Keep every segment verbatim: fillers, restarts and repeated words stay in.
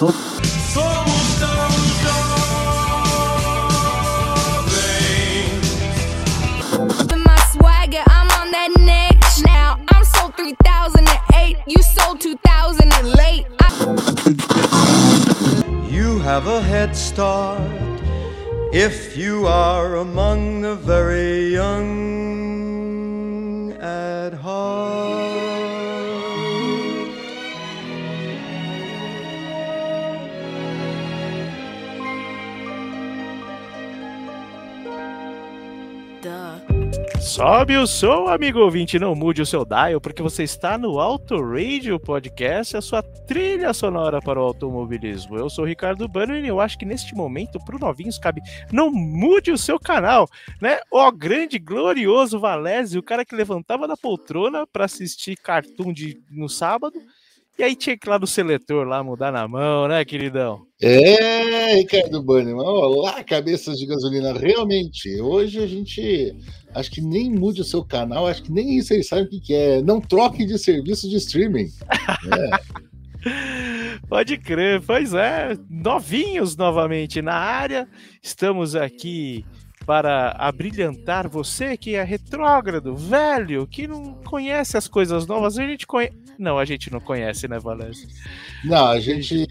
Somos tão jovens. My swagger, I'm on that next now. I'm sold three thousand eight, you sold two thousand late. You have a head start if you are among the very young at heart. Sobe o som, amigo ouvinte, não mude o seu dial, porque você está no Auto Radio Podcast, a sua trilha sonora para o automobilismo. Eu sou o Ricardo Banner e eu acho que neste momento, para o Novinhos, cabe não mude o seu canal, né? O grande, glorioso Valese, o cara que levantava da poltrona para assistir cartoon de, no sábado, e aí tinha que ir lá no seletor, lá mudar na mão, né, queridão? É, Ricardo Banner, olá, cabeças de gasolina, realmente, hoje a gente, acho que nem mude o seu canal, acho que nem isso aí sabe o que, que é, não troque de serviço de streaming. É. Pode crer, pois é, novinhos novamente na área, estamos aqui para abrilhantar você que é retrógrado, velho, que não conhece as coisas novas. A gente conhece. Não, a gente não conhece, né, Valese? Não, a gente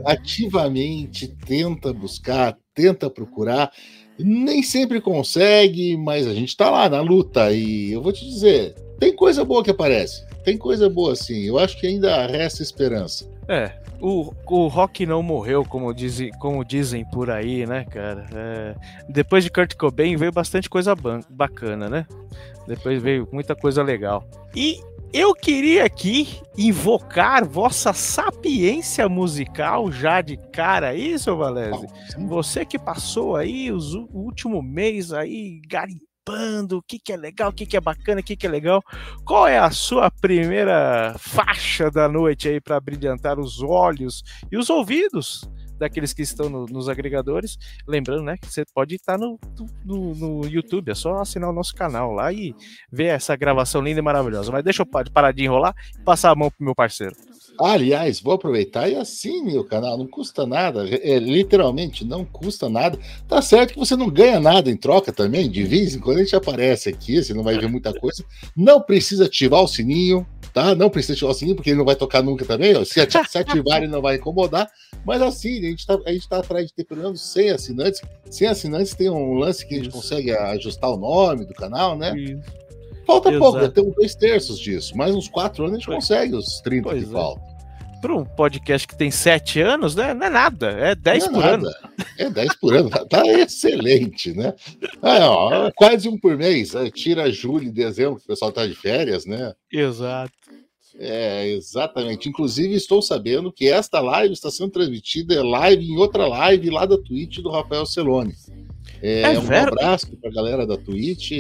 ativamente tenta buscar, tenta procurar, nem sempre consegue, mas a gente tá lá na luta e eu vou te dizer, tem coisa boa que aparece, tem coisa boa sim, eu acho que ainda resta esperança. É, o, o rock não morreu, como dizem, como dizem por aí, né, cara? É, depois de Kurt Cobain veio bastante coisa ban- bacana, né? Depois veio muita coisa legal. E eu queria aqui invocar vossa sapiência musical já de cara aí, seu Valese. Você que passou aí os, o último mês aí garimpando o que, que é legal, o que, que é bacana, o que, que é legal. Qual é a sua primeira faixa da noite aí para brilhantar os olhos e os ouvidos daqueles que estão no, nos agregadores? Lembrando, né, que você pode estar no, no, no YouTube, é só assinar o nosso canal lá e ver essa gravação linda e maravilhosa. Mas deixa eu parar de enrolar e passar a mão pro meu parceiro. Aliás, vou aproveitar e assine o canal, não custa nada, é, literalmente não custa nada. Tá certo que você não ganha nada em troca também, de vez em quando a gente aparece aqui, você não vai ver muita coisa. Não precisa ativar o sininho, tá? Não precisa ativar o sininho, porque ele não vai tocar nunca também, ó. Se, ati- se ativar ele não vai incomodar, mas assim, a gente tá, a gente tá atrás de ter pelo menos cem assinantes. cem assinantes tem um lance que a gente consegue ajustar o nome do canal, né? Isso. Falta Exato. pouco, já temos dois terços disso, mais uns quatro anos a gente Pois. consegue os trinta Pois que é. faltam. Para um podcast que tem sete anos, né? Não é nada, é dez Não é por nada. ano. É dez por ano, tá, tá excelente, né? É, ó, quase um por mês, né? Tira julho e dezembro, que o pessoal tá de férias, né? Exato. É, exatamente. Inclusive, estou sabendo que esta live está sendo transmitida live em outra live lá da Twitch do Rafael Celone. É, É um verdade? abraço para a galera da Twitch.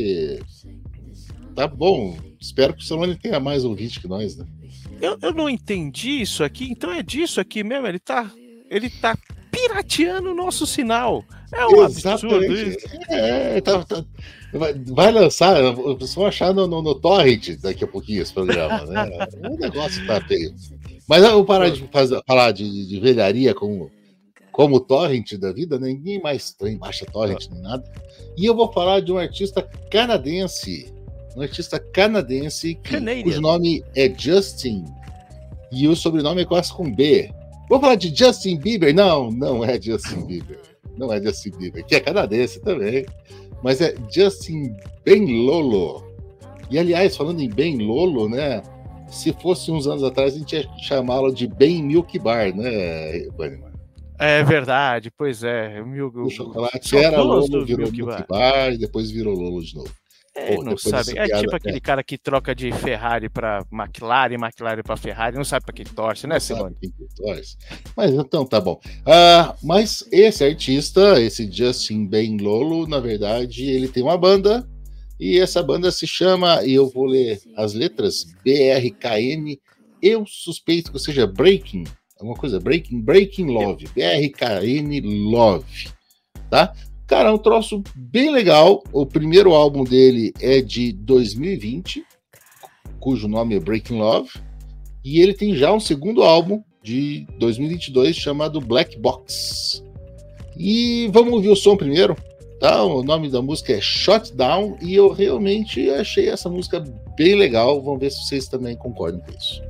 Tá bom, espero que o Celone tenha mais ouvinte que nós, né? Eu, eu não entendi isso aqui, então é disso aqui mesmo, ele tá, ele tá pirateando o nosso sinal. É um absurdo isso. É, tá, tá, vai, vai lançar, vocês vão achar no, no, no Torrent daqui a pouquinho esse programa, né? O negócio tá feio. Mas eu vou parar de fazer, falar de, de velharia como, como o Torrent da vida, né? Ninguém mais tem baixa Torrent nem nada. E eu vou falar de um artista canadense, um artista canadense que, Canadian. cujo nome é Justin e o sobrenome é quase com B. Vou falar de Justin Bieber? Não, não é Justin Bieber. Não é Justin Bieber, que é canadense também, mas é Justin Benlolo. E, aliás, falando em Benlolo, né? Se fosse uns anos atrás, a gente ia chamá-lo de Ben Milk Bar, né, Bannerman? É verdade, pois é. O, mil, O chocolate só era gosto Lolo, do virou Milk Milk Bar. Bar e depois virou Lolo de novo. É, Pô, não depois sabe. dessa É piada, tipo aquele é. cara que troca de Ferrari pra McLaren, McLaren pra Ferrari, não sabe pra quem torce, né, Não Simone? sabe quem que torce. Mas então tá bom. Ah, mas esse artista, esse Justin Benlolo, na verdade, ele tem uma banda e essa banda se chama, e eu vou ler as letras, B R K N, eu suspeito que seja Breaking, alguma coisa, Breaking, Breaking Love, B R K N Love, tá? Cara, é um troço bem legal. O primeiro álbum dele é de dois mil e vinte, cujo nome é Breaking Love. E ele tem já um segundo álbum de dois mil e vinte e dois, chamado Black Box. E vamos ouvir o som primeiro, tá? O nome da música é Shut Down, e eu realmente achei essa música bem legal. Vamos ver se vocês também concordam com isso.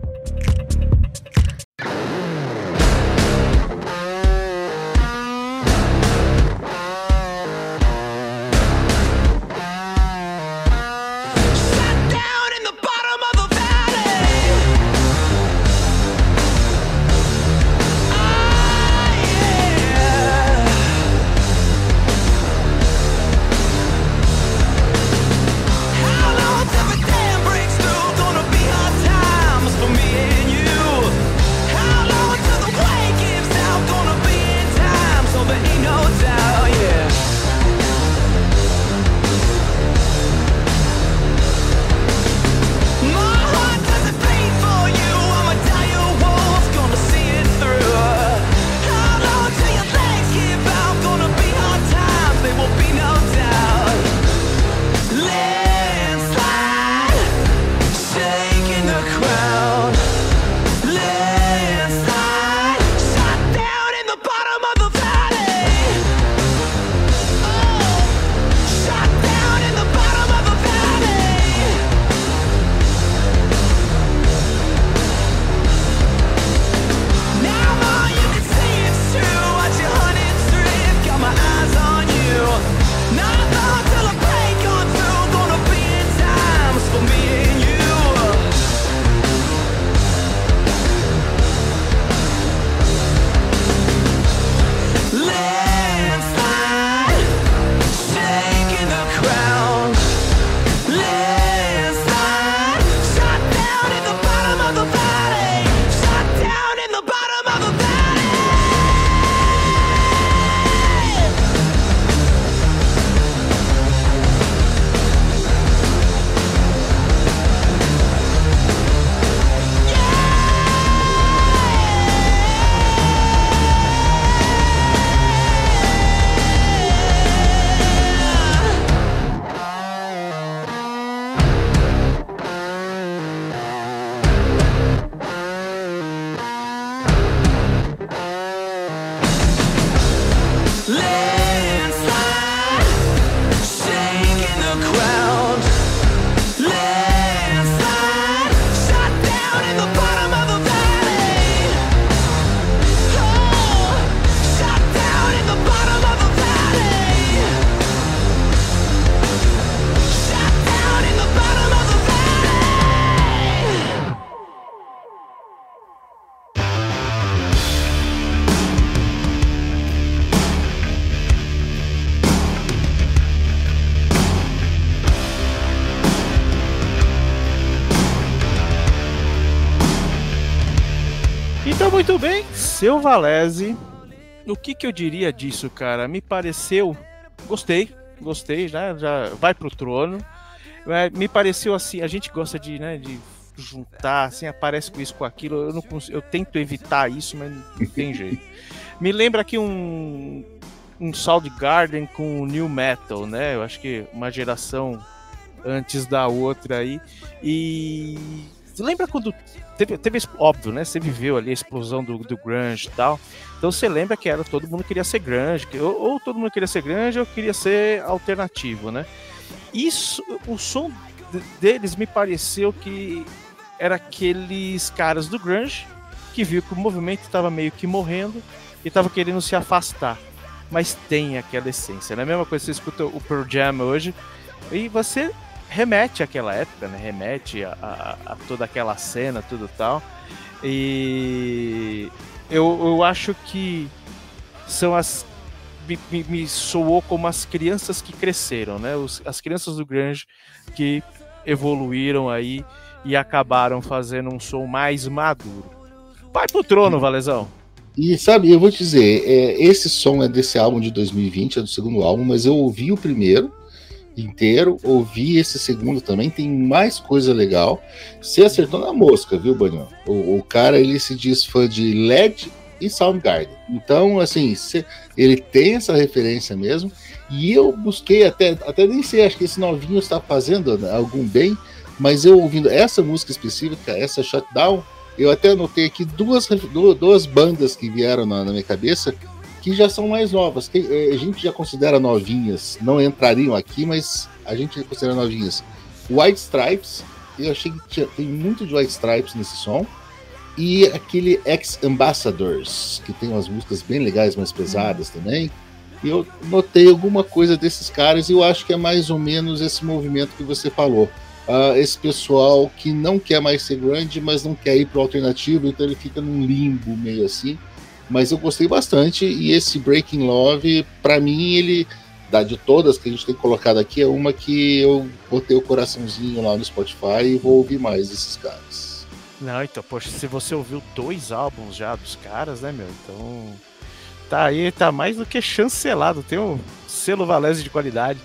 Então, muito bem, seu Valese, o que que eu diria disso, cara? Me pareceu, gostei, gostei, né? Já vai pro trono. Me pareceu assim, a gente gosta de, né, de juntar, assim, aparece com isso, com aquilo. Eu não consigo, eu tento evitar isso, mas não tem jeito. Me lembra aqui um um Soundgarden com New Metal, né? Eu acho que uma geração antes da outra aí. E lembra quando teve, teve óbvio, né? Você viveu ali a explosão do, do grunge e tal. Então você lembra que era todo mundo queria ser grunge, que, ou, ou todo mundo queria ser grunge ou queria ser alternativo, né? Isso, o som deles me pareceu que era aqueles caras do grunge que viu que o movimento estava meio que morrendo e estava querendo se afastar. Mas tem aquela essência, né? A mesma coisa, você escuta o Pearl Jam hoje e você remete àquela época, né? Remete a, a, a toda aquela cena, tudo tal. E eu, eu acho que são as... Me, me, me soou como as crianças que cresceram, né? Os, as crianças do grunge que evoluíram aí e acabaram fazendo um som mais maduro. Vai pro trono, Valezão! E sabe, eu vou te dizer, é, esse som é desse álbum de dois mil e vinte, é do segundo álbum, mas eu ouvi o primeiro inteiro, ouvi esse segundo também, tem mais coisa legal. Você acertou na mosca, viu, Banhão? O, o cara, ele se diz fã de L E D e Soundgarden. Então, assim, cê, ele tem essa referência mesmo, e eu busquei até, até nem sei, acho que esse novinho está fazendo algum bem, mas eu ouvindo essa música específica, essa Shutdown, eu até anotei aqui duas, duas bandas que vieram na, na minha cabeça, que já são mais novas, que a gente já considera novinhas, não entrariam aqui, mas a gente considera novinhas. White Stripes, eu achei que tinha, tem muito de White Stripes nesse som, e aquele Ex-Ambassadors, que tem umas músicas bem legais, mais pesadas também, e eu notei alguma coisa desses caras, e eu acho que é mais ou menos esse movimento que você falou. Uh, esse pessoal que não quer mais ser grande, mas não quer ir pro alternativo, então ele fica num limbo meio assim. Mas eu gostei bastante, e esse Breaking Love, pra mim, ele, da de todas que a gente tem colocado aqui, é uma que eu botei o coraçãozinho lá no Spotify e vou ouvir mais desses caras. Não, então, poxa, se você ouviu dois álbuns já dos caras, né, meu, então tá aí, tá mais do que chancelado, tem um selo Valese de qualidade.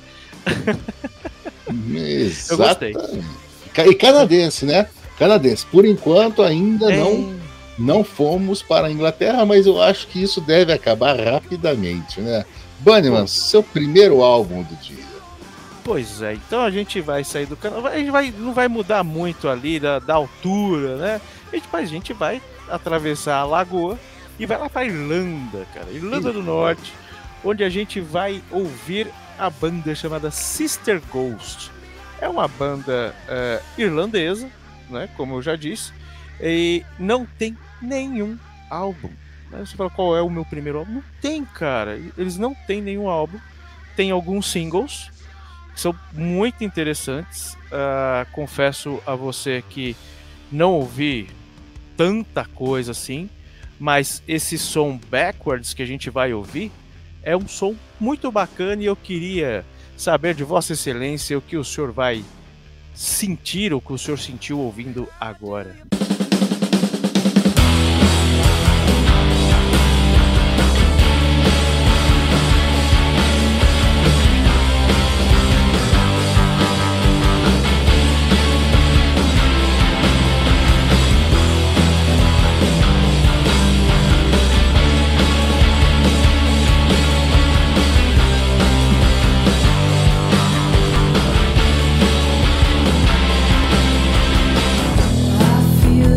Exato. Eu gostei. E canadense, né? Canadense. Por enquanto ainda é... não... Não fomos para a Inglaterra, mas eu acho que isso deve acabar rapidamente, né? Bunnyman, seu primeiro álbum do dia. Pois é, então a gente vai sair do canal, a gente vai, não vai mudar muito ali da, da altura, né? A gente, a gente vai atravessar a lagoa e vai lá para Irlanda, cara, Irlanda do Norte, onde a gente vai ouvir a banda chamada Sister Ghost. É uma banda uh, irlandesa, né? Como eu já disse. E não tem nenhum álbum. Você fala, qual é o meu primeiro álbum? Não tem, cara. Eles não têm nenhum álbum. Tem alguns singles que são muito interessantes. Uh, confesso a você que não ouvi tanta coisa assim, mas esse som Backwards que a gente vai ouvir é um som muito bacana e eu queria saber de Vossa Excelência o que o senhor vai sentir, o que o senhor sentiu ouvindo agora. Feel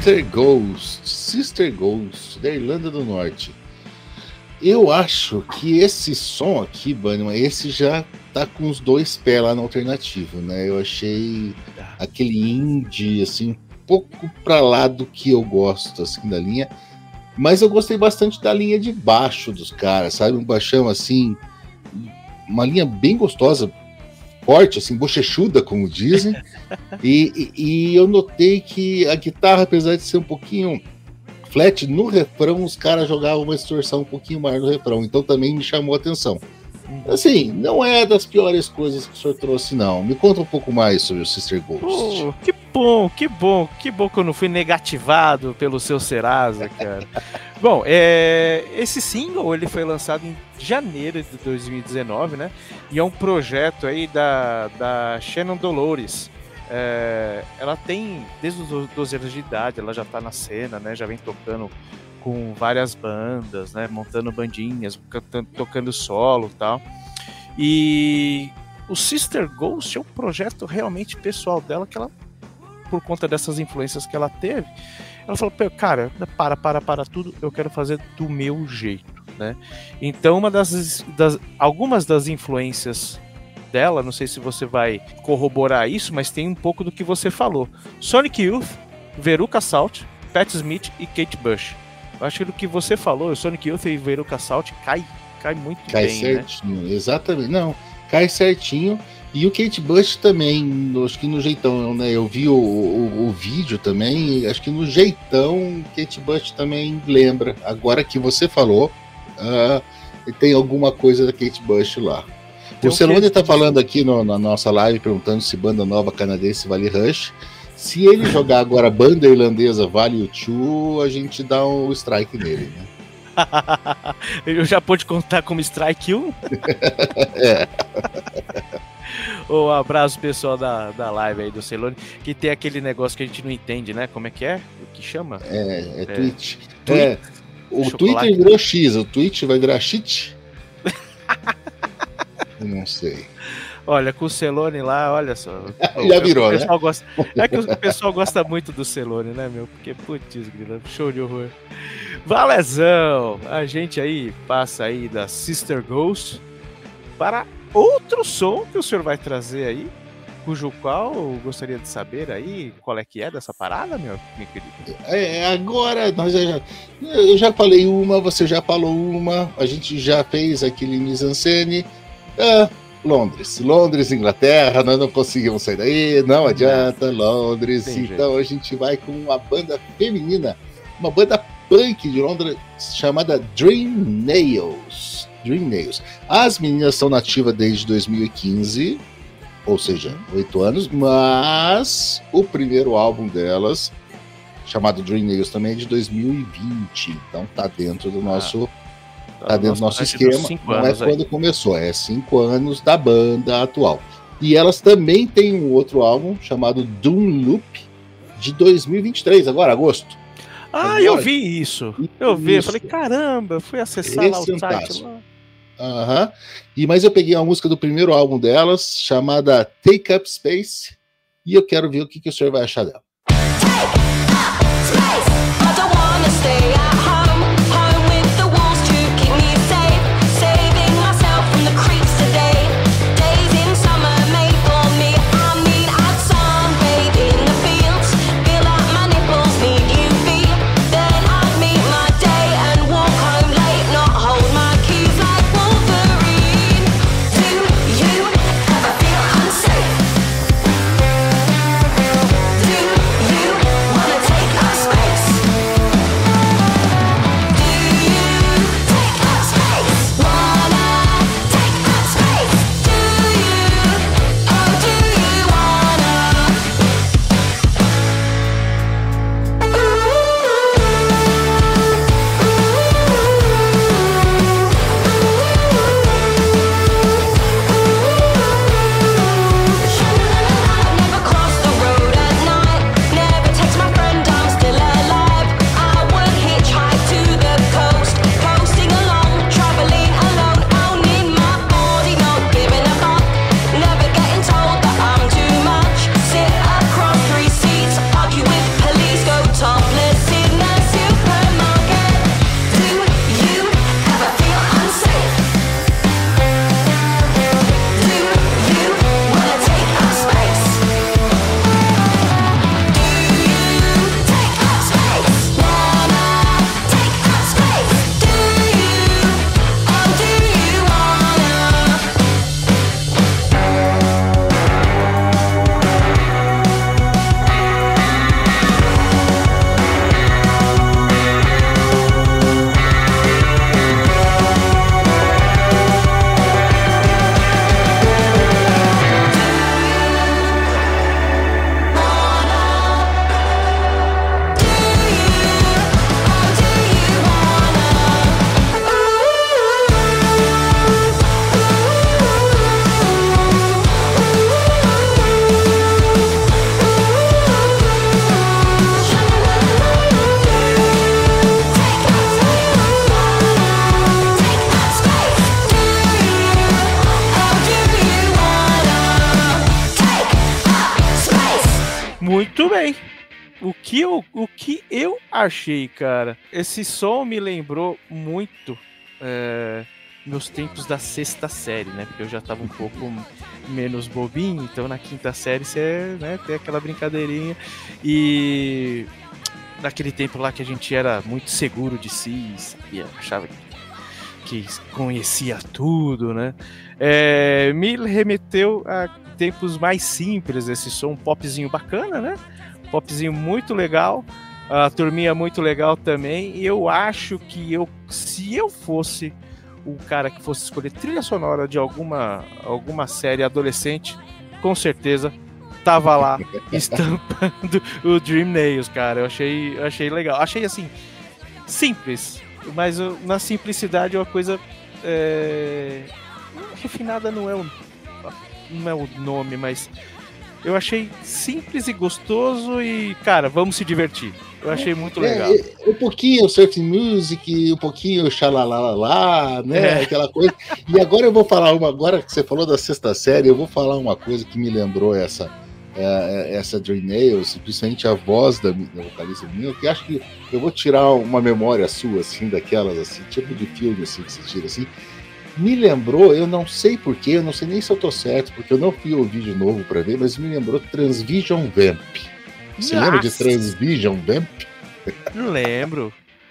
Sister Ghost, Sister Ghost, da Irlanda do Norte. Eu acho que esse som aqui, Bunnyman, esse já tá com os dois pés lá no alternativo, né? Eu achei aquele indie, assim, um pouco pra lá do que eu gosto, assim, da linha. Mas eu gostei bastante da linha de baixo dos caras, sabe? Um baixão, assim, uma linha bem gostosa, forte, assim, bochechuda, como dizem. e, e, e eu notei que a guitarra, apesar de ser um pouquinho flat, no refrão os caras jogavam uma distorção um pouquinho maior no refrão, então também me chamou a atenção. Assim, não é das piores coisas que o senhor trouxe, não. Me conta um pouco mais sobre o Sister Ghost. Oh, que bom, que bom, que bom que eu não fui negativado pelo seu Serasa, cara. Bom, é, esse single ele foi lançado em janeiro de dois mil e dezenove, né? E é um projeto aí da, da Shannon Dolores. É, ela tem, desde os doze anos de idade, ela já tá na cena, né? Já vem tocando com várias bandas, né? Montando bandinhas, cantando, tocando solo e tal. E o Sister Ghost é um projeto realmente pessoal dela, que ela, por conta dessas influências que ela teve, ela falou, cara, para, para, para tudo, eu quero fazer do meu jeito, né? Então, uma das, das algumas das influências dela, não sei se você vai corroborar isso, mas tem um pouco do que você falou. Sonic Youth, Veruca Salt, Pat Smith e Kate Bush. Eu acho que do que você falou, o Sonic Youth e Veruca Salt cai, cai muito cai bem, certinho, né? Exatamente. Não, cai certinho. E o Kate Bush também, acho que no jeitão, né? Eu vi o, o, o vídeo também, acho que no jeitão Kate Bush também lembra. Agora que você falou, uh, tem alguma coisa da Kate Bush lá. Tem o Celone está falando aqui no, na nossa live, perguntando se banda nova canadense vale Rush. Se ele jogar agora banda irlandesa vale U dois, a gente dá um strike nele, né? Eu já pode contar como strike um? É. Um abraço pessoal da, da live aí do Celone, que tem aquele negócio que a gente não entende, né? Como é que é? O que chama? É, é, é Twitch. Tweet. É, o Chocolate. Twitter virou X, o Twitch vai virar shit? Eu não sei. Olha, com o Celone lá, olha só. Já virou, né? Gosta, é que o pessoal gosta muito do Celone, né, meu? Porque, putz, grila, show de horror. Valezão! A gente aí passa aí da Sister Ghost para outro som que o senhor vai trazer aí, cujo qual eu gostaria de saber aí qual é que é dessa parada, meu, meu querido. É, agora nós já, eu já falei uma, você já falou uma, a gente já fez aquele mise-en-scène. Ah, Londres, Londres, Inglaterra, nós não conseguimos sair daí, não adianta, Londres. Tem então jeito. A gente vai com uma banda feminina, uma banda punk de Londres chamada Dream Nails. Dream Nails. As meninas são nativas desde dois mil e quinze, ou seja, oito anos, mas o primeiro álbum delas, chamado Dream Nails, também é de dois mil e vinte, então tá dentro do nosso... Ah. Tá dentro do nosso esquema, não é quando aí. Começou, é cinco anos da banda atual. E elas também têm um outro álbum chamado Doom Loop, de dois mil e vinte e três, agora, agosto. Ah, agora, eu vi isso. Eu vi, isso. Eu falei, caramba, fui acessar Esse lá o site. Lá. Uhum. E, mas eu peguei uma música do primeiro álbum delas, chamada Take Up Space, e eu quero ver o que, que o senhor vai achar dela. Take up space, I don't wanna stay at home. Muito bem. O que, eu, o que eu achei, cara, esse som me lembrou muito é, meus tempos da sexta série, né? Porque eu já tava um pouco menos bobinho, então na quinta série você, né, tem aquela brincadeirinha. E naquele tempo lá que a gente era muito seguro de si, sabia, achava que, que conhecia tudo, né? É, me remeteu a tempos mais simples, esse som, um popzinho bacana, né? Popzinho muito legal, a turminha muito legal também, e eu acho que eu, se eu fosse o cara que fosse escolher trilha sonora de alguma, alguma série adolescente, com certeza tava lá estampando o Dream Nails, cara. Eu achei, eu achei legal, achei assim, simples, mas na simplicidade é uma coisa é... refinada, não é o, não é o nome, mas eu achei simples e gostoso e, cara, vamos se divertir. Eu achei muito legal. É, um pouquinho surf music, um pouquinho xalalalá, né? É. Aquela coisa. E agora eu vou falar uma, agora que você falou da sexta série, eu vou falar uma coisa que me lembrou essa, é, essa Dream Nails, principalmente a voz da, da vocalista minha, que acho que eu vou tirar uma memória sua, assim, daquelas, assim, tipo de filme, assim, que você tira, assim. Me lembrou, eu não sei porquê, eu não sei nem se eu tô certo, porque eu não fui ouvir de novo pra ver, mas me lembrou Transvision Vamp. Você Nossa. lembra de Transvision Vamp? Não lembro.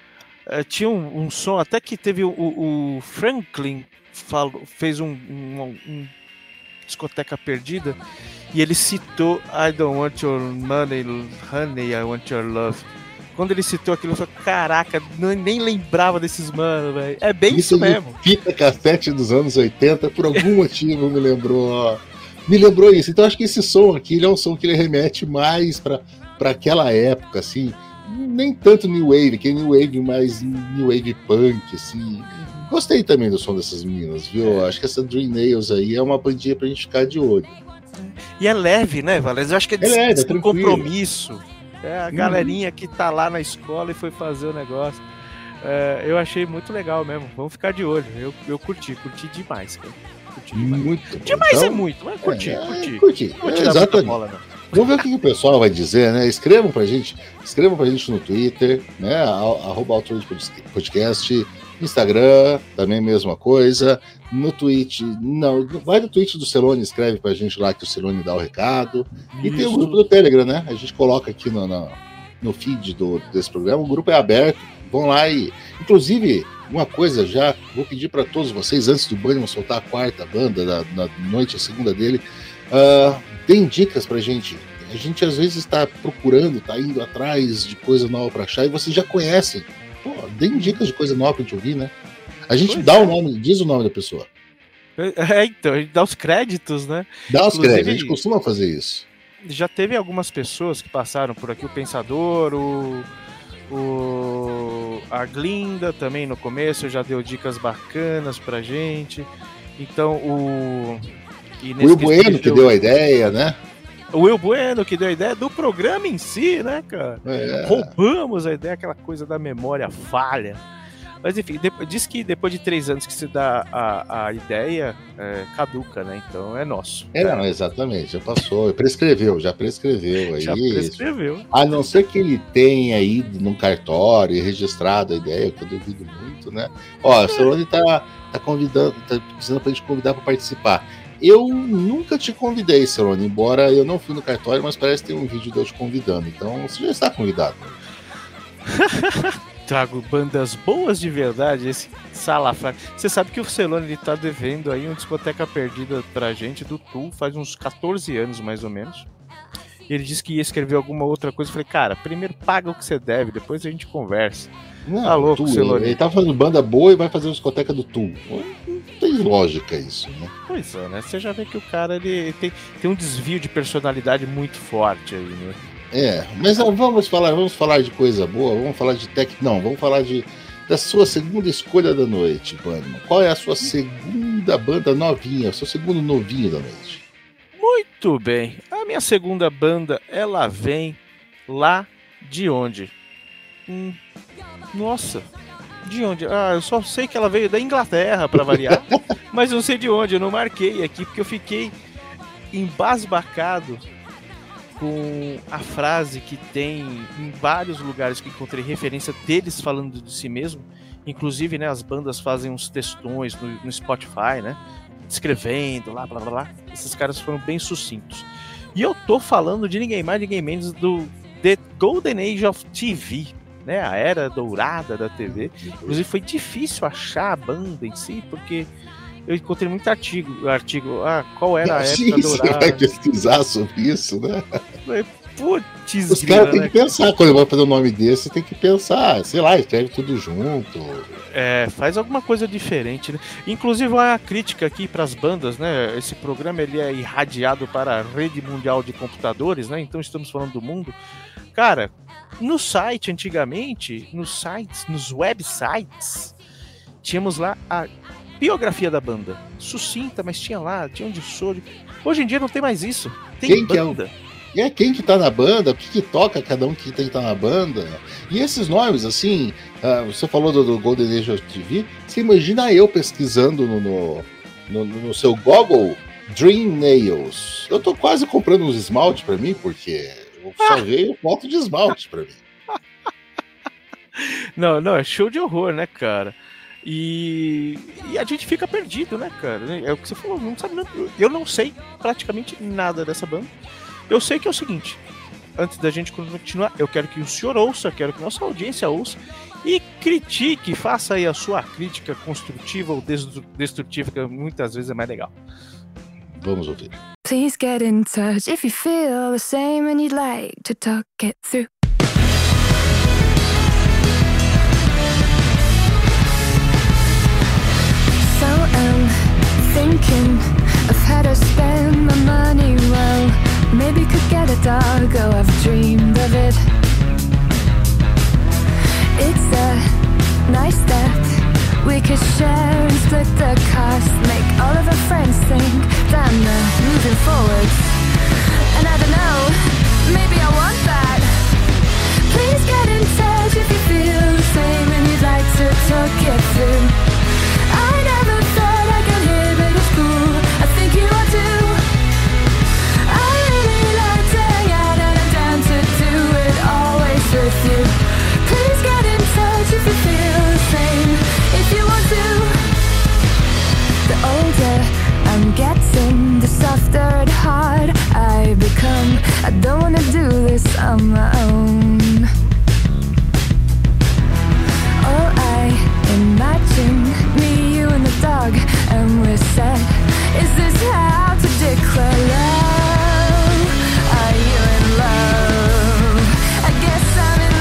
É, tinha um, um som, até que teve o, o Franklin falou, fez um, um, um discoteca perdida e ele citou I don't want your money, honey, I want your love. Quando ele citou aquilo, eu falei, caraca, nem lembrava desses manos, velho. É bem isso, isso mesmo. Fita cassete dos anos oitenta, por algum motivo me lembrou, ó, me lembrou isso. Então acho que esse som aqui, ele é um som que ele remete mais pra, pra aquela época, assim, nem tanto New Wave, que é New Wave mais New Wave Punk, assim. Gostei também do som dessas meninas, viu? É. Acho que essa Dream Nails aí é uma bandinha pra gente ficar de olho. E é leve, né, Valéz? Eu acho que é, é de é compromisso. É a galerinha que tá lá na escola e foi fazer o negócio. É, eu achei muito legal mesmo. Vamos ficar de olho. Eu, eu curti, curti demais, cara. Curti demais. Muito. Demais então, é muito, mas curti, é, curti. curti. curti. É, exatamente. Bola, vamos ver o que o pessoal vai dizer, né? Escrevam pra gente, escrevam pra gente no Twitter, né? Arroba Autores Podcast, Instagram, também mesma coisa. No Twitch, não, vai no Twitch do Celone, escreve pra gente lá que o Celone dá o recado. Isso. E tem o grupo do Telegram, né? A gente coloca aqui no, no, no feed do, desse programa. O grupo é aberto, vão lá e... Inclusive, uma coisa já, vou pedir para todos vocês, antes do Bunnyman soltar a quarta banda da, na noite, a segunda dele, uh, deem dicas pra gente. A gente às vezes está procurando, tá indo atrás de coisa nova pra achar, e vocês já conhecem. Pô, deem dicas de coisa nova pra gente ouvir, né? A gente pois dá é. o nome, diz o nome da pessoa. É, então, a gente dá os créditos, né? Dá os Inclusive, créditos, a gente costuma fazer isso. Já teve algumas pessoas que passaram por aqui, o Pensador, o, o a Glinda também no começo, já deu dicas bacanas pra gente. Então, o... o Will Bueno que deu a ideia, né? O Will Bueno que deu a ideia do programa em si, né, cara? É. Roubamos a ideia, aquela coisa da memória falha. Mas enfim, depois, diz que depois de três anos que se dá a, a ideia, é, caduca, né? Então é nosso. É, não, exatamente, já passou, prescreveu, já prescreveu aí. Já prescreveu. A não ser que ele tenha ido num cartório e registrado a ideia, que eu duvido muito, né? Ó, é. O Celone tá, tá convidando, tá dizendo pra gente convidar pra participar. Eu nunca te convidei, Celone, embora eu não fui no cartório, mas parece que tem um vídeo de eu te convidando, então você já está convidado. Trago bandas boas de verdade, esse salafrário. Você sabe que o Celone ele tá devendo aí uma discoteca perdida pra gente do Tool faz uns catorze anos mais ou menos. E ele disse que ia escrever alguma outra coisa. Eu falei, cara, primeiro paga o que você deve, depois a gente conversa. Não, tá louco, Celone. Ele tá fazendo banda boa e vai fazer uma discoteca do Tool. Não tem lógica isso, né? Pois é, né? Você já vê que o cara ele tem, tem um desvio de personalidade muito forte aí, né? É, mas vamos falar, vamos falar de coisa boa, vamos falar de tech, não, vamos falar de, da sua segunda escolha da noite, Bunnyman. Qual é a sua segunda banda novinha, o seu segundo novinho da noite? Muito bem, a minha segunda banda, ela vem lá de onde? Hum, nossa, de onde? Ah, eu só sei que ela veio da Inglaterra, para variar, mas não sei de onde, eu não marquei aqui, porque eu fiquei embasbacado com a frase que tem em vários lugares que encontrei referência deles falando de si mesmo. Inclusive, né, as bandas fazem uns textões no, no Spotify, né, escrevendo, lá, blá, blá, blá. Esses caras foram bem sucintos. E eu tô falando de ninguém mais, ninguém menos do The Golden Age of T V, né, a era dourada da T V. Inclusive, foi difícil achar a banda em si, porque eu encontrei muito artigo, artigo ah, qual era a época Sim, dourada. você vai pesquisar sobre isso, né? Putz, os caras têm né? que pensar, quando vai fazer um nome desse, tem que pensar, sei lá, escreve tudo junto. É, faz alguma coisa diferente, né? Inclusive, uma crítica aqui para as bandas, né? Esse programa ele é irradiado para a rede mundial de computadores, né? Então estamos falando do mundo. Cara, no site, antigamente, nos sites, nos websites, tínhamos lá a biografia da banda. Sucinta, mas tinha lá, tinha um dicionário. Hoje em dia não tem mais isso. Tem Quem banda. Que é o... E é quem que tá na banda, o que, que toca cada um que tem que tá na banda. E esses nomes, assim, uh, você falou do, do Golden Age of T V, você imagina eu pesquisando no, no, no, no seu Google Dream Nails. Eu tô quase comprando uns esmalte pra mim, porque só veio foto de esmalte pra mim. Não, não, é show de horror, né, cara? E, e a gente fica perdido, né, cara? É o que você falou, não sabe nada. Eu não sei praticamente nada dessa banda. Eu sei que é o seguinte, antes da gente continuar, eu quero que o senhor ouça, quero que nossa audiência ouça e critique, faça aí a sua crítica construtiva ou destrutiva, que muitas vezes é mais legal. Vamos ouvir. Please get in touch if you feel the same and you'd like to talk it through. So I'm thinking of how to spend my money well. Maybe could get a dog, oh I've dreamed of it. It's a nice that we could share and split the cost. Make all of our friends think that I'm uh, moving forwards. And I don't know, maybe I want that. Please get in touch if you feel the same and you'd like to talk it through. I never thought I could hear middle school. I think you are too. With you. Please get in touch if you feel the same, if you want to. The older I'm getting, the softer at heart I become. I don't wanna do this on my own. Oh, I imagine me, you and the dog, and we're set. Is this how to declare love? Are you in love? I guess I'm in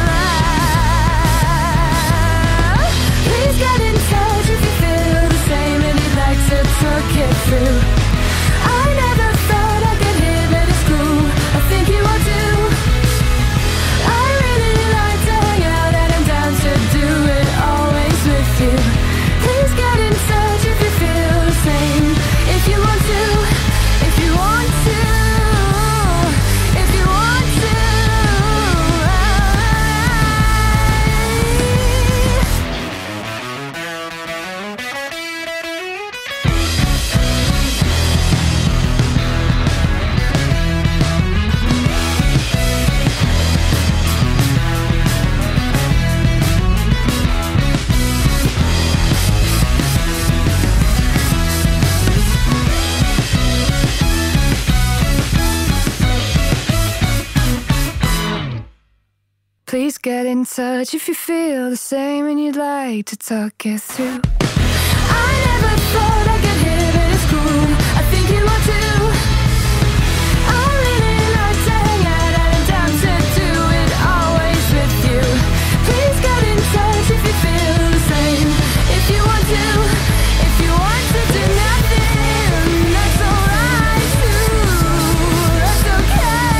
love. Please get in touch if you feel the same and you'd like to talk it through. I never thought I could hear middle school. I think you are too. I really like to hang out and I'm down to do it always with you. Please get in touch if you feel the same, if you want to, if you want to, if you want to. Please get in touch if you feel the same and you'd like to talk it through. I never thought I could hit it at school. I think you are too. I really like to hang out and I'm down to do it always with you. Please get in touch if you feel the same, if you want to, if you want to do nothing, that's alright too, that's okay.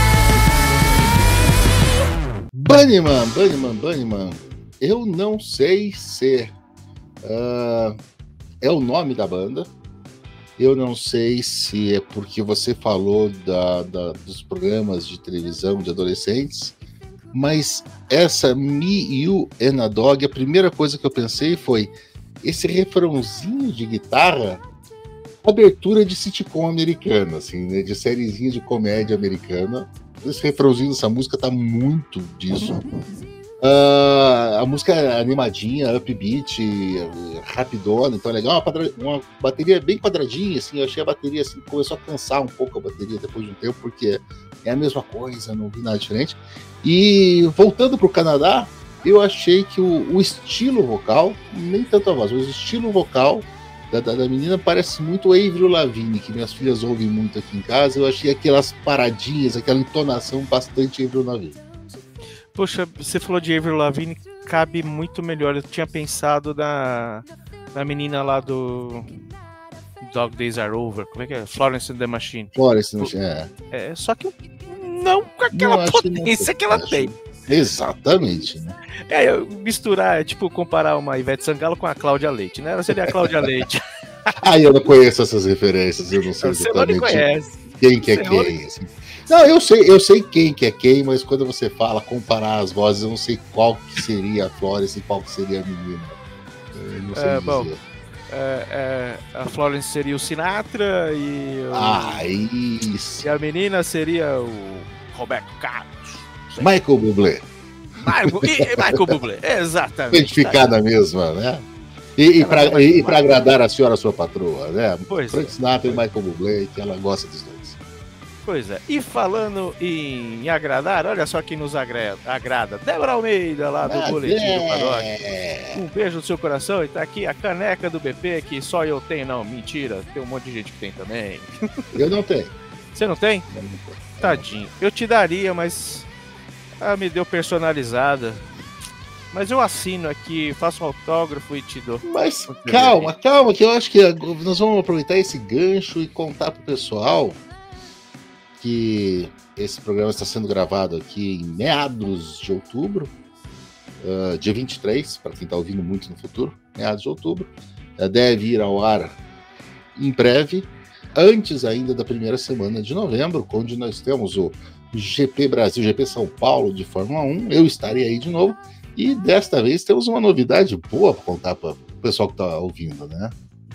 Bunnyman, Bunnyman, Bunnyman. Eu não sei se uh, é o nome da banda. Eu não sei se é porque você falou da, da, dos programas de televisão de adolescentes, mas essa Me, You and a Dog, a primeira coisa que eu pensei foi esse refrãozinho de guitarra abertura de sitcom americana, assim, né? De sériezinha de comédia americana. Esse refrãozinho dessa música tá muito disso. Uh, a música é animadinha, upbeat, rapidona, então é legal. Uma, padra... uma bateria bem quadradinha, assim. Eu achei a bateria assim, começou a cansar um pouco a bateria depois de um tempo, porque é a mesma coisa, não vi nada diferente. E voltando pro Canadá, eu achei que o, o estilo vocal, nem tanto a voz, mas o estilo vocal da, da, da menina parece muito Avril Lavigne, que minhas filhas ouvem muito aqui em casa. Eu achei aquelas paradinhas, aquela entonação bastante Avril Lavigne. Poxa, você falou de Avril Lavigne, cabe muito melhor. Eu tinha pensado na, na menina lá do Dog Days Are Over, como é que é? Florence and the Machine. Florence and the Machine, é. é. Só que não com aquela não, potência que, que ela acho... tem. Exatamente, né? É, misturar, é tipo comparar uma Ivete Sangalo com a Cláudia Leite, né? Ela seria a Cláudia Leite. Ah, eu não conheço essas referências, eu não sei você exatamente não conhece. Quem que é você quem, assim. Não, eu sei, eu sei quem que é quem, mas quando você fala comparar as vozes, eu não sei qual que seria a Florence e qual que seria a menina. Eu não sei é, dizer. Bom, é, é, a Florence seria o Sinatra e, o, ah, isso. e a menina seria o Roberto Carlos. Michael Bublé. Michael, e, Michael Bublé, exatamente. Identificar na mesma, né? E, e para e, e agradar a senhora, a sua patroa, né? Pois Frank é. Sinatra e Michael Bublé, que ela gosta dos dois. Pois é. E falando em agradar, olha só quem nos agrada. agrada. Débora Almeida, lá do ah, Boletim é. do Paddock. Um beijo no seu coração. E tá aqui a caneca do B P, que só eu tenho. Não, mentira. Tem um monte de gente que tem também. Eu não tenho. Você não tem? Eu não tenho. Tadinho. Eu te daria, mas... Ah, me deu personalizada. Mas eu assino aqui, faço um autógrafo e te dou. Mas calma, calma, que eu acho que nós vamos aproveitar esse gancho e contar pro pessoal que esse programa está sendo gravado aqui em meados de outubro, uh, dia vinte e três, para quem está ouvindo muito no futuro, meados de outubro. Uh, deve ir ao ar em breve, antes ainda da primeira semana de novembro, onde nós temos o G P Brasil, G P São Paulo de Fórmula um. Eu estarei aí de novo. E desta vez temos uma novidade boa para contar para o pessoal que está ouvindo, né?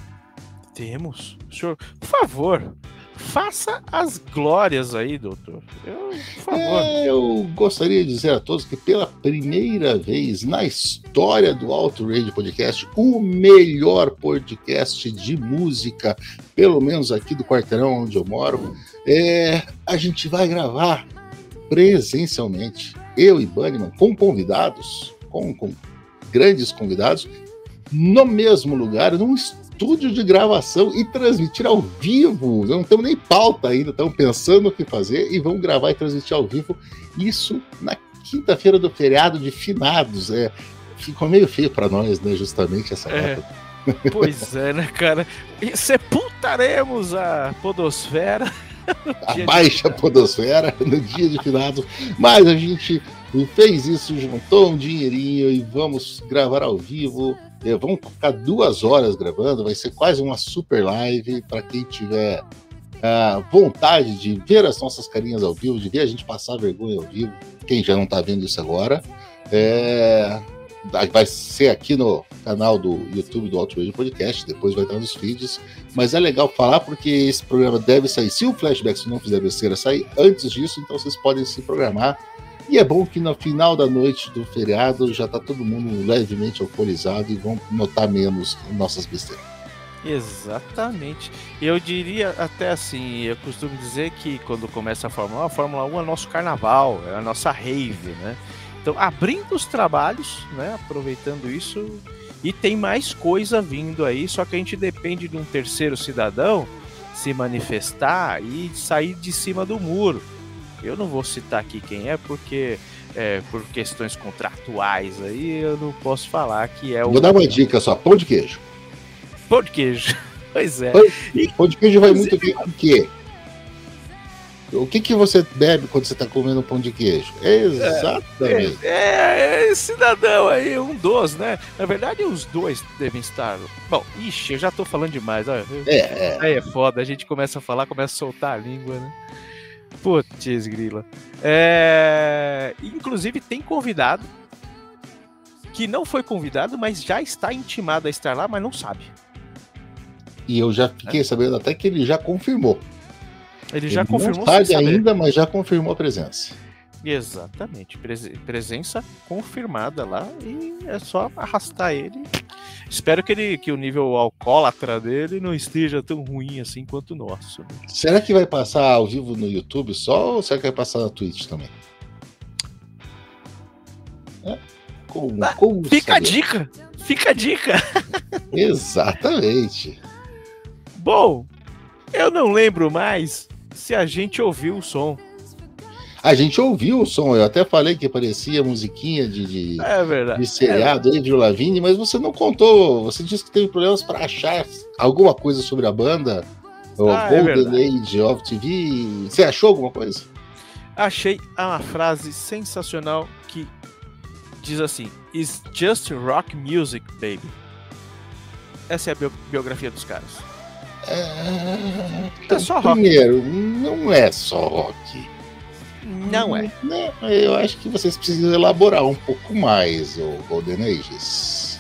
Temos. Senhor, por favor, faça as glórias aí, doutor. Eu, por favor. É, eu gostaria de dizer a todos que pela primeira vez na história do Auto Radio Podcast, o melhor podcast de música, pelo menos aqui do quarteirão onde eu moro, é, a gente vai gravar presencialmente, eu e Bunnyman, com convidados, com, com grandes convidados, no mesmo lugar, num estúdio de gravação e transmitir ao vivo. Não temos nem pauta ainda, estamos pensando o que fazer e vamos gravar e transmitir ao vivo. Isso na quinta-feira do feriado de finados. É, ficou meio feio para nós, né? Justamente essa é. data. Pois é, né, cara? E sepultaremos a podosfera. A baixa de... podosfera no dia de finados. Mas a gente fez isso, juntou um dinheirinho e vamos gravar ao vivo. Vamos ficar duas horas gravando, vai ser quase uma super live para quem tiver uh, vontade de ver as nossas carinhas ao vivo, de ver a gente passar vergonha ao vivo. Quem já não está vendo isso agora, é... vai ser aqui no canal do YouTube do Auto Radio Podcast, depois vai estar nos feeds, mas é legal falar porque esse programa deve sair, se o Flashback não fizer besteira, sair antes disso, então vocês podem se programar. E é bom que no final da noite do feriado já tá todo mundo levemente alcoolizado e vão notar menos nossas besteiras. Exatamente. Eu diria até assim, eu costumo dizer que quando começa a Fórmula um, a Fórmula um é nosso carnaval, é a nossa rave, né? Então, abrindo os trabalhos, né, aproveitando isso, e tem mais coisa vindo aí, só que a gente depende de um terceiro cidadão se manifestar e sair de cima do muro. Eu não vou citar aqui quem é, porque é, por questões contratuais aí eu não posso falar que é o... Vou dar uma dica só, pão de queijo. Pão de queijo, pois é. Pão, e... pão de queijo vai muito bem com o quê? O que, que você bebe quando você está comendo pão de queijo? Exatamente. É, é, é, cidadão aí, um dos, né? Na verdade, os dois devem estar... Bom, ixi, eu já tô falando demais. Olha. É, é. Aí é foda, a gente começa a falar, começa a soltar a língua, né? Putz, grila. É... Inclusive tem convidado que não foi convidado, mas já está intimado a estar lá, mas não sabe. E eu já fiquei é. sabendo até que ele já confirmou. Ele já ele confirmou. Não sabe ainda, mas já confirmou a presença. Exatamente, presença confirmada lá e é só arrastar ele. Espero que, ele, que o nível alcoólatra dele não esteja tão ruim assim quanto o nosso. Né? Será que vai passar ao vivo no YouTube só ou será que vai passar na Twitch também? É? Como, ah, como fica saber? a dica! Fica a dica! Exatamente. Bom, eu não lembro mais se a gente ouviu o som. A gente ouviu o som, eu até falei que parecia musiquinha de, de, é verdade, de seriado, é Avril Lavigne, mas você não contou, você disse que teve problemas para achar alguma coisa sobre a banda, o ah, Golden é Age of T V, você achou alguma coisa? Achei uma frase sensacional que diz assim, "It's just rock music, baby." Essa é a biografia dos caras. É, é só rock. Primeiro, não é só rock. Não é. Eu acho que vocês precisam elaborar um pouco mais o Golden Ages.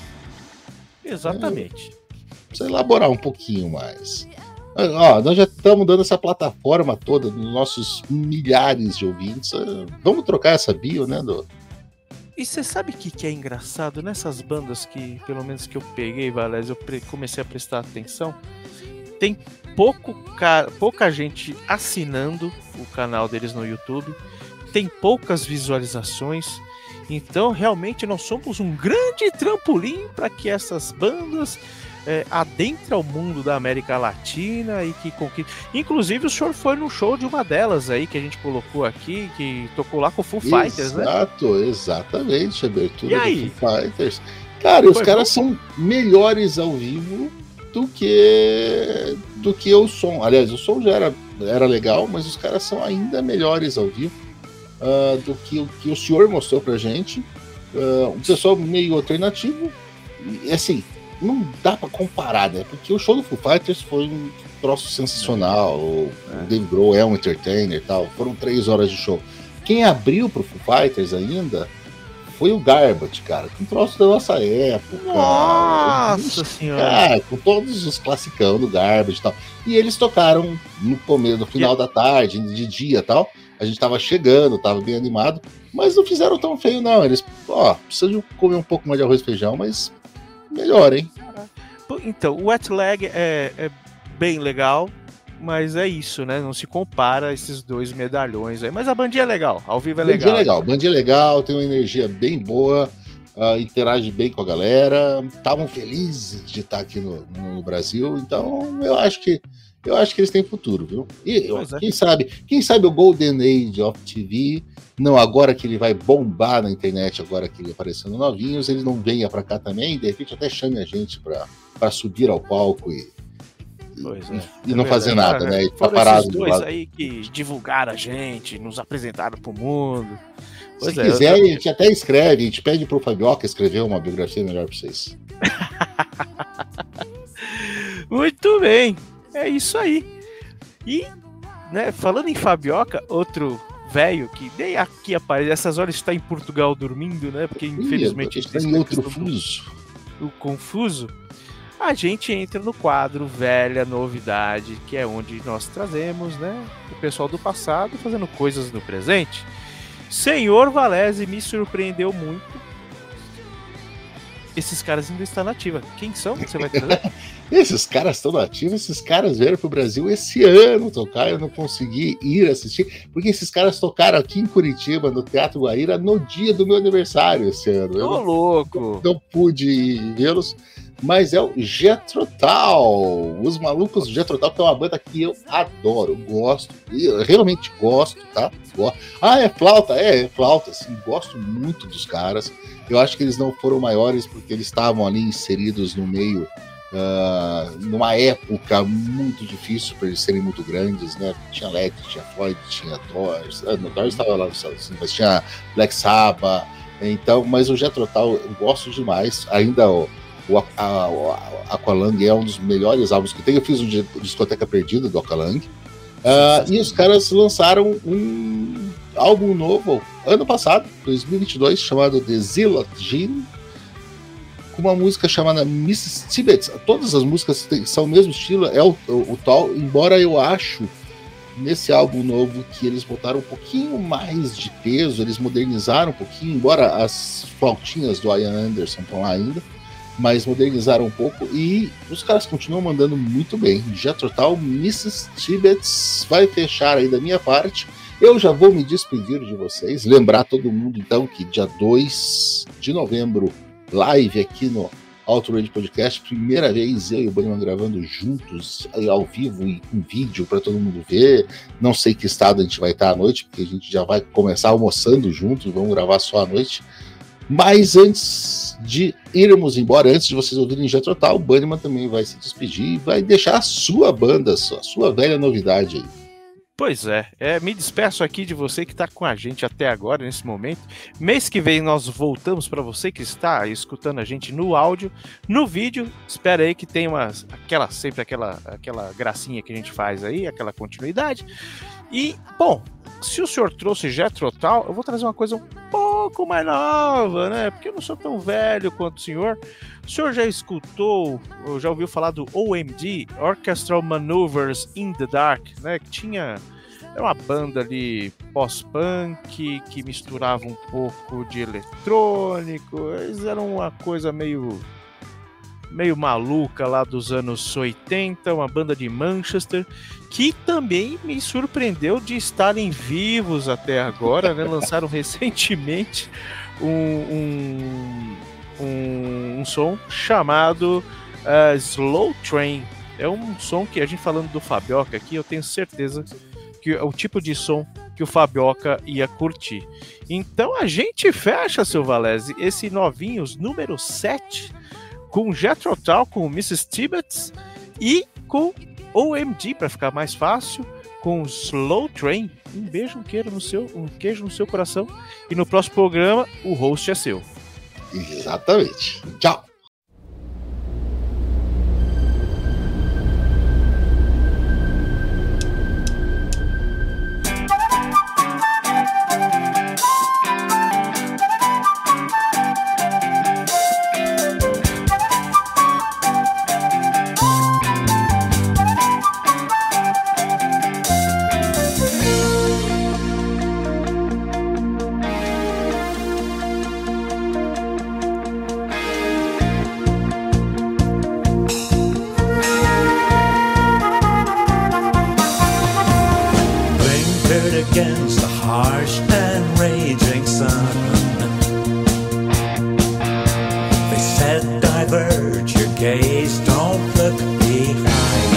Exatamente. É, precisa elaborar um pouquinho mais. Ó, nós já estamos dando essa plataforma toda nos nossos milhares de ouvintes. Vamos trocar essa bio, né, do... E você sabe o que, que é engraçado? Nessas bandas que, pelo menos que eu peguei, Valézio, eu pre- comecei a prestar atenção, tem pouco ca... pouca gente assinando o canal deles no YouTube, tem poucas visualizações, então realmente nós somos um grande trampolim para que essas bandas é, adentrem o mundo da América Latina e que conquistem. Inclusive o senhor foi no show de uma delas aí que a gente colocou aqui, que tocou lá com o Foo Fighters, né? Exato, exatamente, a abertura do Foo Fighters. Cara, os caras são melhores ao vivo do que do que o som. Aliás, o som já era, era legal, mas os caras são ainda melhores ao vivo uh, do que o que o senhor mostrou pra gente. Uh, um pessoal meio alternativo. E assim, não dá pra comparar, né? Porque o show do Foo Fighters foi um troço sensacional. O, o Dave Grohl é um entertainer e tal. Foram três horas de show. Quem abriu pro Foo Fighters ainda foi o Garbage, cara, com um troço da nossa época. Nossa senhora! Cara, com todos os classicão do Garbage e tal. E eles tocaram no começo, no final da tarde, de dia e tal. A gente tava chegando, tava bem animado, mas não fizeram tão feio, não. Eles, ó, precisam comer um pouco mais de arroz e feijão, mas melhor, hein? Então, o Wet Leg é, é bem legal, mas é isso, né? Não se compara a esses dois medalhões aí. Mas a bandinha é legal, ao vivo é legal. Bandinha é legal, bandinha é legal, tem uma energia bem boa, uh, interage bem com a galera. Estavam felizes de estar aqui no, no Brasil, então eu acho que eu acho que eles têm futuro, viu? E é. quem sabe, quem sabe o Golden Age of T V, não agora que ele vai bombar na internet, agora que ele aparecendo novinhos, ele não venha pra cá também, de repente até chame a gente pra, pra subir ao palco e Pois é. E é não fazer nada, cara, né? E tá parado esses dois aí que divulgaram a gente, nos apresentaram pro mundo. Pois Se é, quiser, eu... a gente até escreve, a gente pede pro Fabioca escrever uma biografia melhor pra vocês. Muito bem, é isso aí. E, né, falando em Fabioca, outro velho que nem aqui aparece, essas horas está em Portugal dormindo, né? Porque infelizmente está em outro fuso. O confuso. A gente entra no quadro Velha Novidade, que é onde nós trazemos, né, o pessoal do passado fazendo coisas no presente. Senhor Valese, me surpreendeu muito. Esses caras ainda estão na ativa. Quem são? Você vai trazer? Esses caras estão nativos, esses caras vieram pro Brasil esse ano tocar, eu não consegui ir assistir, porque esses carais tocaram aqui em Curitiba, no Teatro Guaíra, no dia do meu aniversário esse ano. Eu Ô, não, louco! Não pude vê-los, mas é o Jethro Tull, os malucos do Jethro Tull, que é uma banda que eu adoro, gosto, eu realmente gosto, tá? Ah, é flauta? É, é flauta, sim, gosto muito dos caras. Eu acho que eles não foram maiores porque eles estavam ali inseridos no meio, uh, numa época muito difícil para eles serem muito grandes, né? Tinha Led, tinha Floyd, tinha Doors, uh, no Doors estava lá, assim, mas tinha Black Sabbath, então, mas o Jethro Tull eu gosto demais, ainda o, o a, a, a Aqualung é um dos melhores álbuns que tem. Eu fiz um Discoteca Perdida do Aqualung, uh, e os caras lançaram um álbum novo ano passado, dois mil e vinte e dois, chamado The Zealot Gene, com uma música chamada missus Tibbets. Todas as músicas tem, são o mesmo estilo, é o, o, o tal, embora eu acho nesse álbum novo que eles botaram um pouquinho mais de peso, eles modernizaram um pouquinho, embora as flautinhas do Ian Anderson estão lá ainda, mas modernizaram um pouco e os caras continuam mandando muito bem. Jethro Tull, missus Tibbets vai fechar aí da minha parte. Eu já vou me despedir de vocês, lembrar todo mundo então que dia dois de novembro, live aqui no Auto Radio Podcast, primeira vez eu e o Bannerman gravando juntos, ao vivo e com vídeo para todo mundo ver. Não sei que estado a gente vai estar à noite, porque a gente já vai começar almoçando juntos, vamos gravar só à noite. Mas antes de irmos embora, antes de vocês ouvirem Jethro Tull, o Bannerman também vai se despedir e vai deixar a sua banda, a sua velha novidade aí. Pois é, é, me despeço aqui de você que está com a gente até agora, nesse momento. Mês que vem nós voltamos para você que está escutando a gente no áudio, no vídeo. Espera aí que tem uma, aquela, sempre aquela, aquela gracinha que a gente faz aí, aquela continuidade. E, bom, se o senhor trouxe Jethro Tull, eu vou trazer uma coisa um pouco mais nova, né? Porque eu não sou tão velho quanto o senhor. O senhor já escutou, ou já ouviu falar do O M D, Orchestral Maneuvers in the Dark, né? Que tinha, era uma banda ali pós-punk, que misturava um pouco de eletrônico. Eles eram uma coisa meio... meio maluca lá dos anos oitenta, uma banda de Manchester, que também me surpreendeu de estarem vivos até agora, né? Lançaram recentemente um, um, um, um som chamado uh, Slow Train. É um som que a gente falando do Fabioca aqui, eu tenho certeza que é o tipo de som que o Fabioca ia curtir. Então a gente fecha, seu Valese, esse novinhos número sete, com Jethro Tull, com missus Tibbets e com O M D, para ficar mais fácil, com Slow Train. Um beijo, um queijo no seu, um queijo no seu coração. E no próximo programa, o host é seu. Exatamente. Tchau. Against the harsh and raging sun, they said diverge your gaze, don't look behind.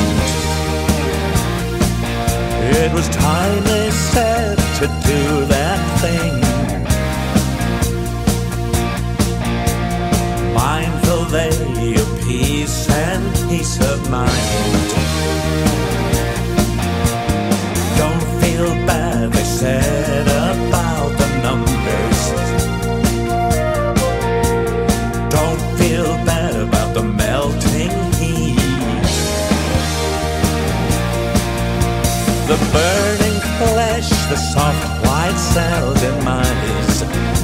It was time, they said, to do that thing, mindful they of peace and peace of mind. Feel bad, they said about the numbers. Don't feel bad about the melting heat. The burning flesh, the soft white cells in mice,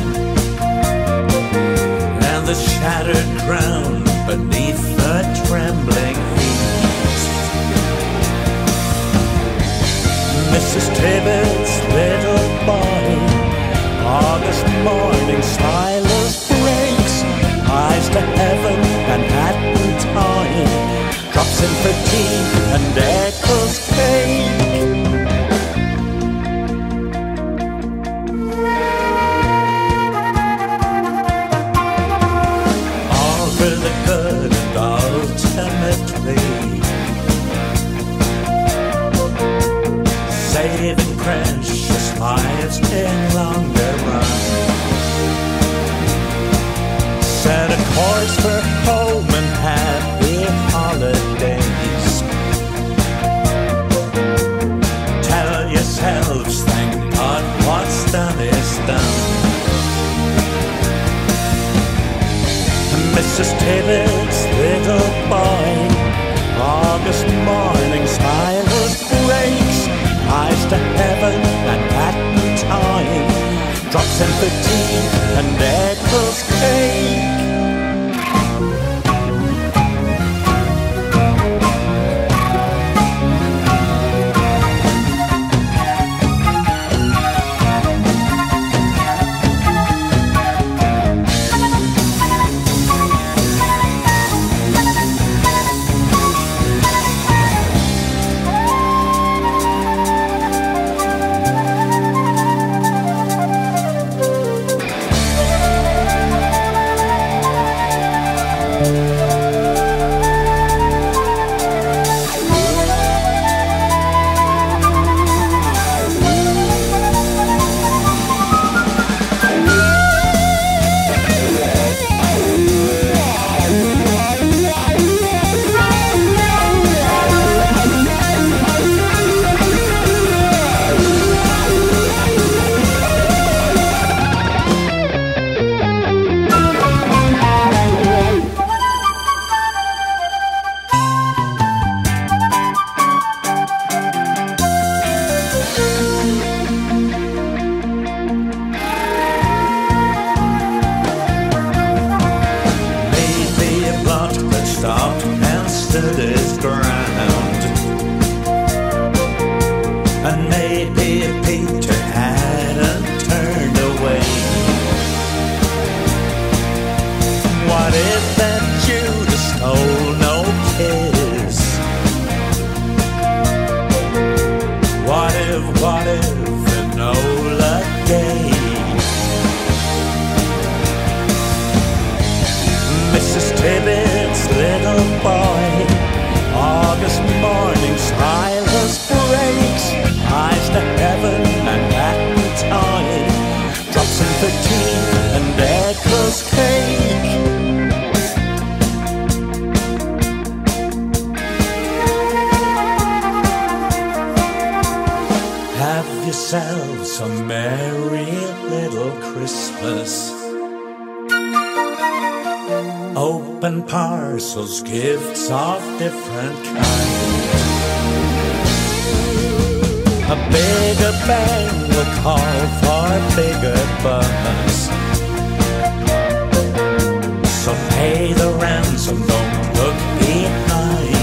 and the shattered ground beneath the trembling feet. missus Tibbets' little boy, August morning, silence breaks, eyes to heaven, Manhattan time, drops in for tea and echoes cake. All for the good and ultimately saving precious lives in longer run. Set a course for home and happy holidays. Tell yourselves, thank God, what's done is done. missus Tibbets' little boy, August morning, silence breaks, eyes to heaven, Manhattan time, drops in for tea and echoes cake. a merry little Christmas. Open parcels, gifts of different kinds. A bigger bang will call for bigger bucks. So pay the ransom, don't look behind.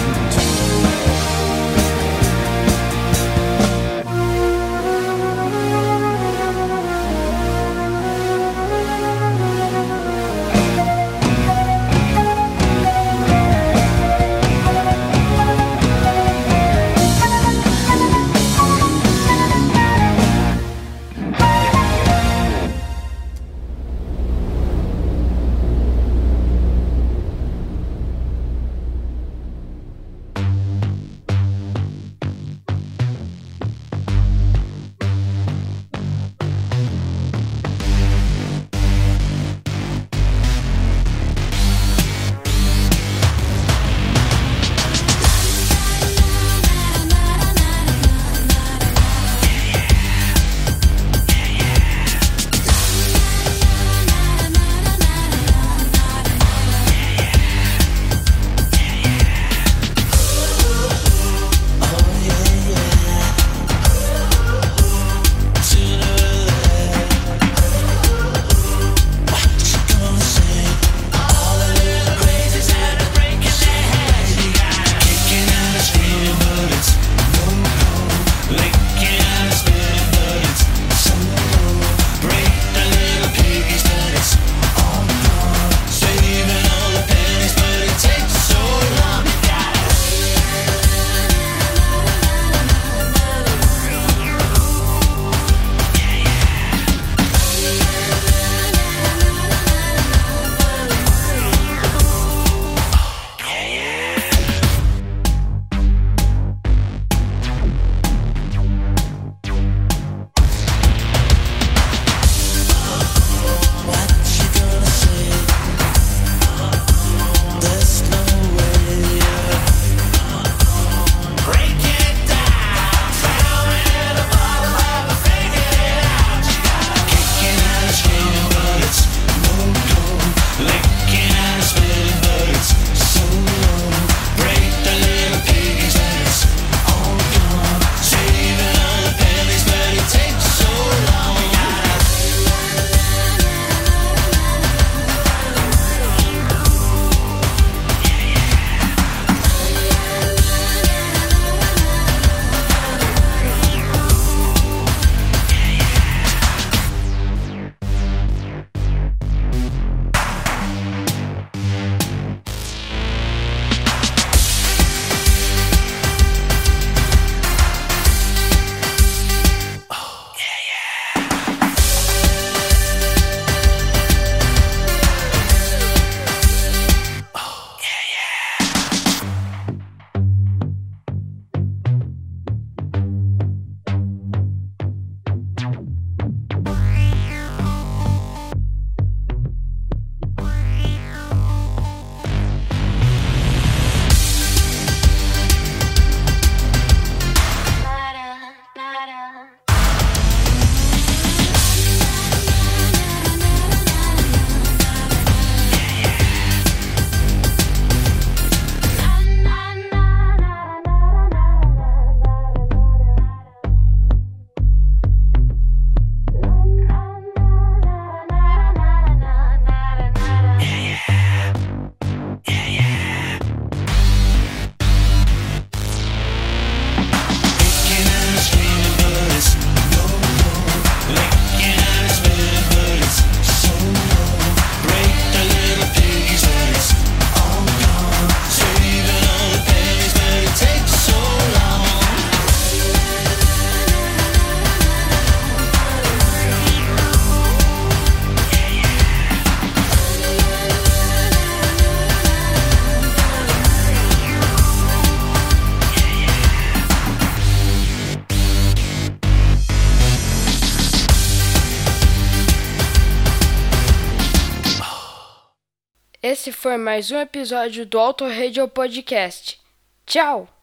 Esse foi mais um episódio do Auto Radio Podcast. Tchau!